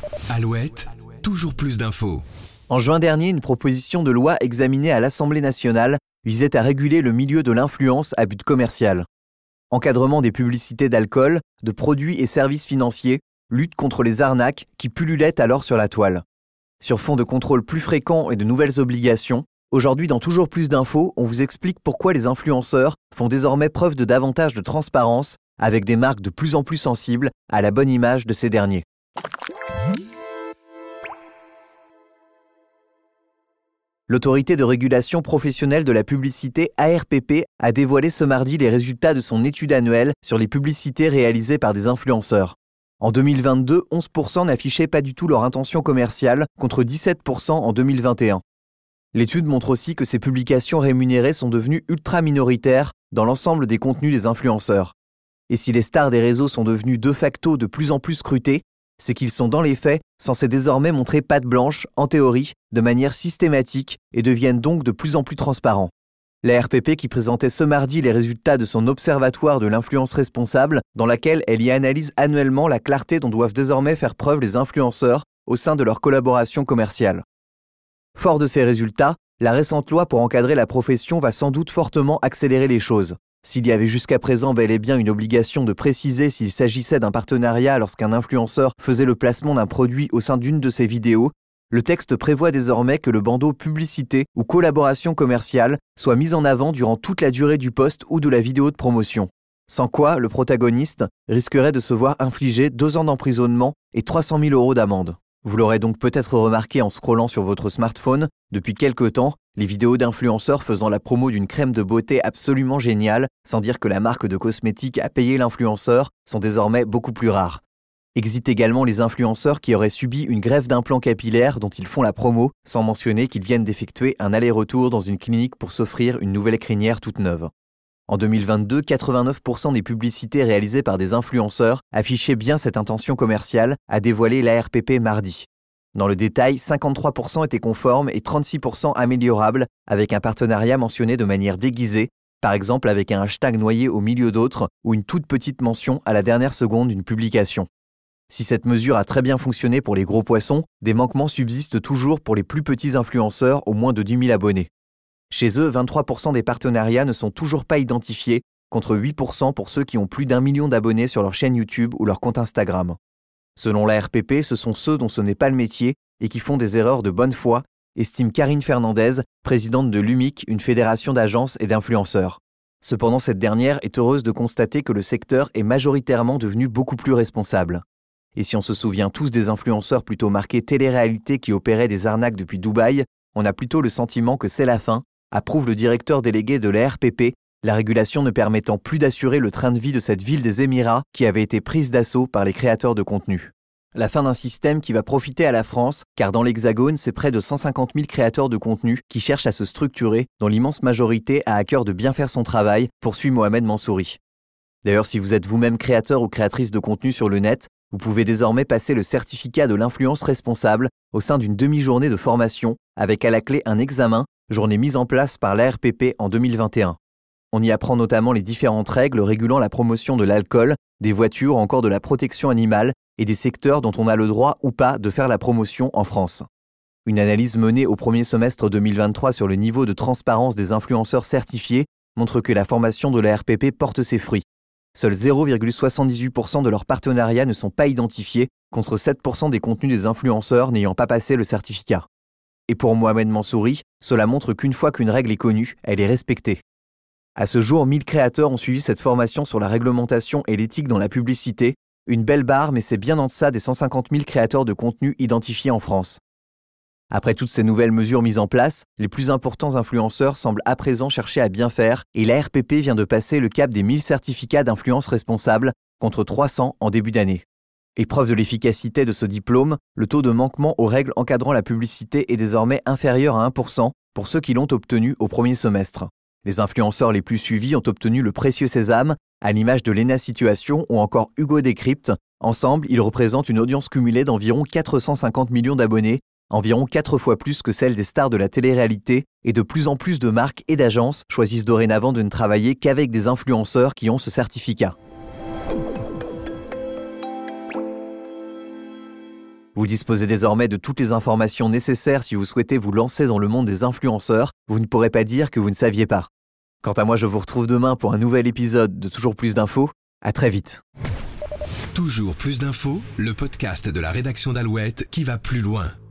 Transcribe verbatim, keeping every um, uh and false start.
Alouette, toujours plus d'infos. En juin dernier, une proposition de loi examinée à l'Assemblée nationale visait à réguler le milieu de l'influence à but commercial. Encadrement des publicités d'alcool, de produits et services financiers, lutte contre les arnaques qui pullulaient alors sur la toile. Sur fond de contrôles plus fréquents et de nouvelles obligations, aujourd'hui dans Toujours plus d'infos, on vous explique pourquoi les influenceurs font désormais preuve de davantage de transparence avec des marques de plus en plus sensibles à la bonne image de ces derniers. L'autorité de régulation professionnelle de la publicité A R P P a dévoilé ce mardi les résultats de son étude annuelle sur les publicités réalisées par des influenceurs. En deux mille vingt-deux, onze pour cent n'affichaient pas du tout leur intention commerciale contre dix-sept pour cent en deux mille vingt et un. L'étude montre aussi que ces publications rémunérées sont devenues ultra minoritaires dans l'ensemble des contenus des influenceurs. Et si les stars des réseaux sont devenus de facto de plus en plus scrutés, c'est qu'ils sont dans les faits censés désormais montrer patte blanche, en théorie, de manière systématique et deviennent donc de plus en plus transparents. La R P P qui présentait ce mardi les résultats de son observatoire de l'influence responsable, dans laquelle elle y analyse annuellement la clarté dont doivent désormais faire preuve les influenceurs au sein de leur collaboration commerciale. Fort de ces résultats, la récente loi pour encadrer la profession va sans doute fortement accélérer les choses. S'il y avait jusqu'à présent bel et bien une obligation de préciser s'il s'agissait d'un partenariat lorsqu'un influenceur faisait le placement d'un produit au sein d'une de ses vidéos, le texte prévoit désormais que le bandeau publicité ou collaboration commerciale soit mis en avant durant toute la durée du post ou de la vidéo de promotion. Sans quoi, le protagoniste risquerait de se voir infliger deux ans d'emprisonnement et trois cent mille euros d'amende. Vous l'aurez donc peut-être remarqué en scrollant sur votre smartphone, depuis quelque temps, les vidéos d'influenceurs faisant la promo d'une crème de beauté absolument géniale, sans dire que la marque de cosmétiques a payé l'influenceur, sont désormais beaucoup plus rares. Existent également les influenceurs qui auraient subi une greffe d'implants capillaires dont ils font la promo, sans mentionner qu'ils viennent d'effectuer un aller-retour dans une clinique pour s'offrir une nouvelle crinière toute neuve. En deux mille vingt-deux, quatre-vingt-neuf pour cent des publicités réalisées par des influenceurs affichaient bien cette intention commerciale, a dévoilé l'A R P P mardi. Dans le détail, cinquante-trois pour cent étaient conformes et trente-six pour cent améliorables, avec un partenariat mentionné de manière déguisée, par exemple avec un hashtag noyé au milieu d'autres ou une toute petite mention à la dernière seconde d'une publication. Si cette mesure a très bien fonctionné pour les gros poissons, des manquements subsistent toujours pour les plus petits influenceurs aux moins de dix mille abonnés. Chez eux, vingt-trois pour cent des partenariats ne sont toujours pas identifiés, contre huit pour cent pour ceux qui ont plus d'un million d'abonnés sur leur chaîne YouTube ou leur compte Instagram. Selon la R P P, ce sont ceux dont ce n'est pas le métier et qui font des erreurs de bonne foi, estime Karine Fernandez, présidente de l'U M I C, une fédération d'agences et d'influenceurs. Cependant, cette dernière est heureuse de constater que le secteur est majoritairement devenu beaucoup plus responsable. Et si on se souvient tous des influenceurs plutôt marqués télé-réalité qui opéraient des arnaques depuis Dubaï, on a plutôt le sentiment que c'est la fin, approuve le directeur délégué de la R P P, la régulation ne permettant plus d'assurer le train de vie de cette ville des Émirats qui avait été prise d'assaut par les créateurs de contenu. La fin d'un système qui va profiter à la France, car dans l'Hexagone, c'est près de cent cinquante mille créateurs de contenu qui cherchent à se structurer, dont l'immense majorité a à cœur de bien faire son travail, poursuit Mohamed Mansouri. D'ailleurs, si vous êtes vous-même créateur ou créatrice de contenu sur le net, vous pouvez désormais passer le certificat de l'influence responsable au sein d'une demi-journée de formation, avec à la clé un examen, journée mise en place par l'A R P P en deux mille vingt et un. On y apprend notamment les différentes règles régulant la promotion de l'alcool, des voitures, encore de la protection animale et des secteurs dont on a le droit ou pas de faire la promotion en France. Une analyse menée au premier semestre deux mille vingt-trois sur le niveau de transparence des influenceurs certifiés montre que la formation de la R P P porte ses fruits. Seuls zéro virgule soixante-dix-huit pour cent de leurs partenariats ne sont pas identifiés, contre sept pour cent des contenus des influenceurs n'ayant pas passé le certificat. Et pour Mohamed Mansouri, cela montre qu'une fois qu'une règle est connue, elle est respectée. À ce jour, mille créateurs ont suivi cette formation sur la réglementation et l'éthique dans la publicité, une belle barre mais c'est bien en deçà des cent cinquante mille créateurs de contenu identifiés en France. Après toutes ces nouvelles mesures mises en place, les plus importants influenceurs semblent à présent chercher à bien faire et la R P P vient de passer le cap des mille certificats d'influence responsable contre trois cents en début d'année. Et preuve de l'efficacité de ce diplôme, le taux de manquement aux règles encadrant la publicité est désormais inférieur à un pour cent pour ceux qui l'ont obtenu au premier semestre. Les influenceurs les plus suivis ont obtenu le précieux sésame, à l'image de Lena Situation ou encore Hugo Décrypte. Ensemble, ils représentent une audience cumulée d'environ quatre cent cinquante millions d'abonnés, environ quatre fois plus que celle des stars de la télé-réalité, et de plus en plus de marques et d'agences choisissent dorénavant de ne travailler qu'avec des influenceurs qui ont ce certificat. Vous disposez désormais de toutes les informations nécessaires si vous souhaitez vous lancer dans le monde des influenceurs. Vous ne pourrez pas dire que vous ne saviez pas. Quant à moi, je vous retrouve demain pour un nouvel épisode de Toujours plus d'infos. À très vite. Toujours plus d'infos, le podcast de la rédaction d'Alouette qui va plus loin.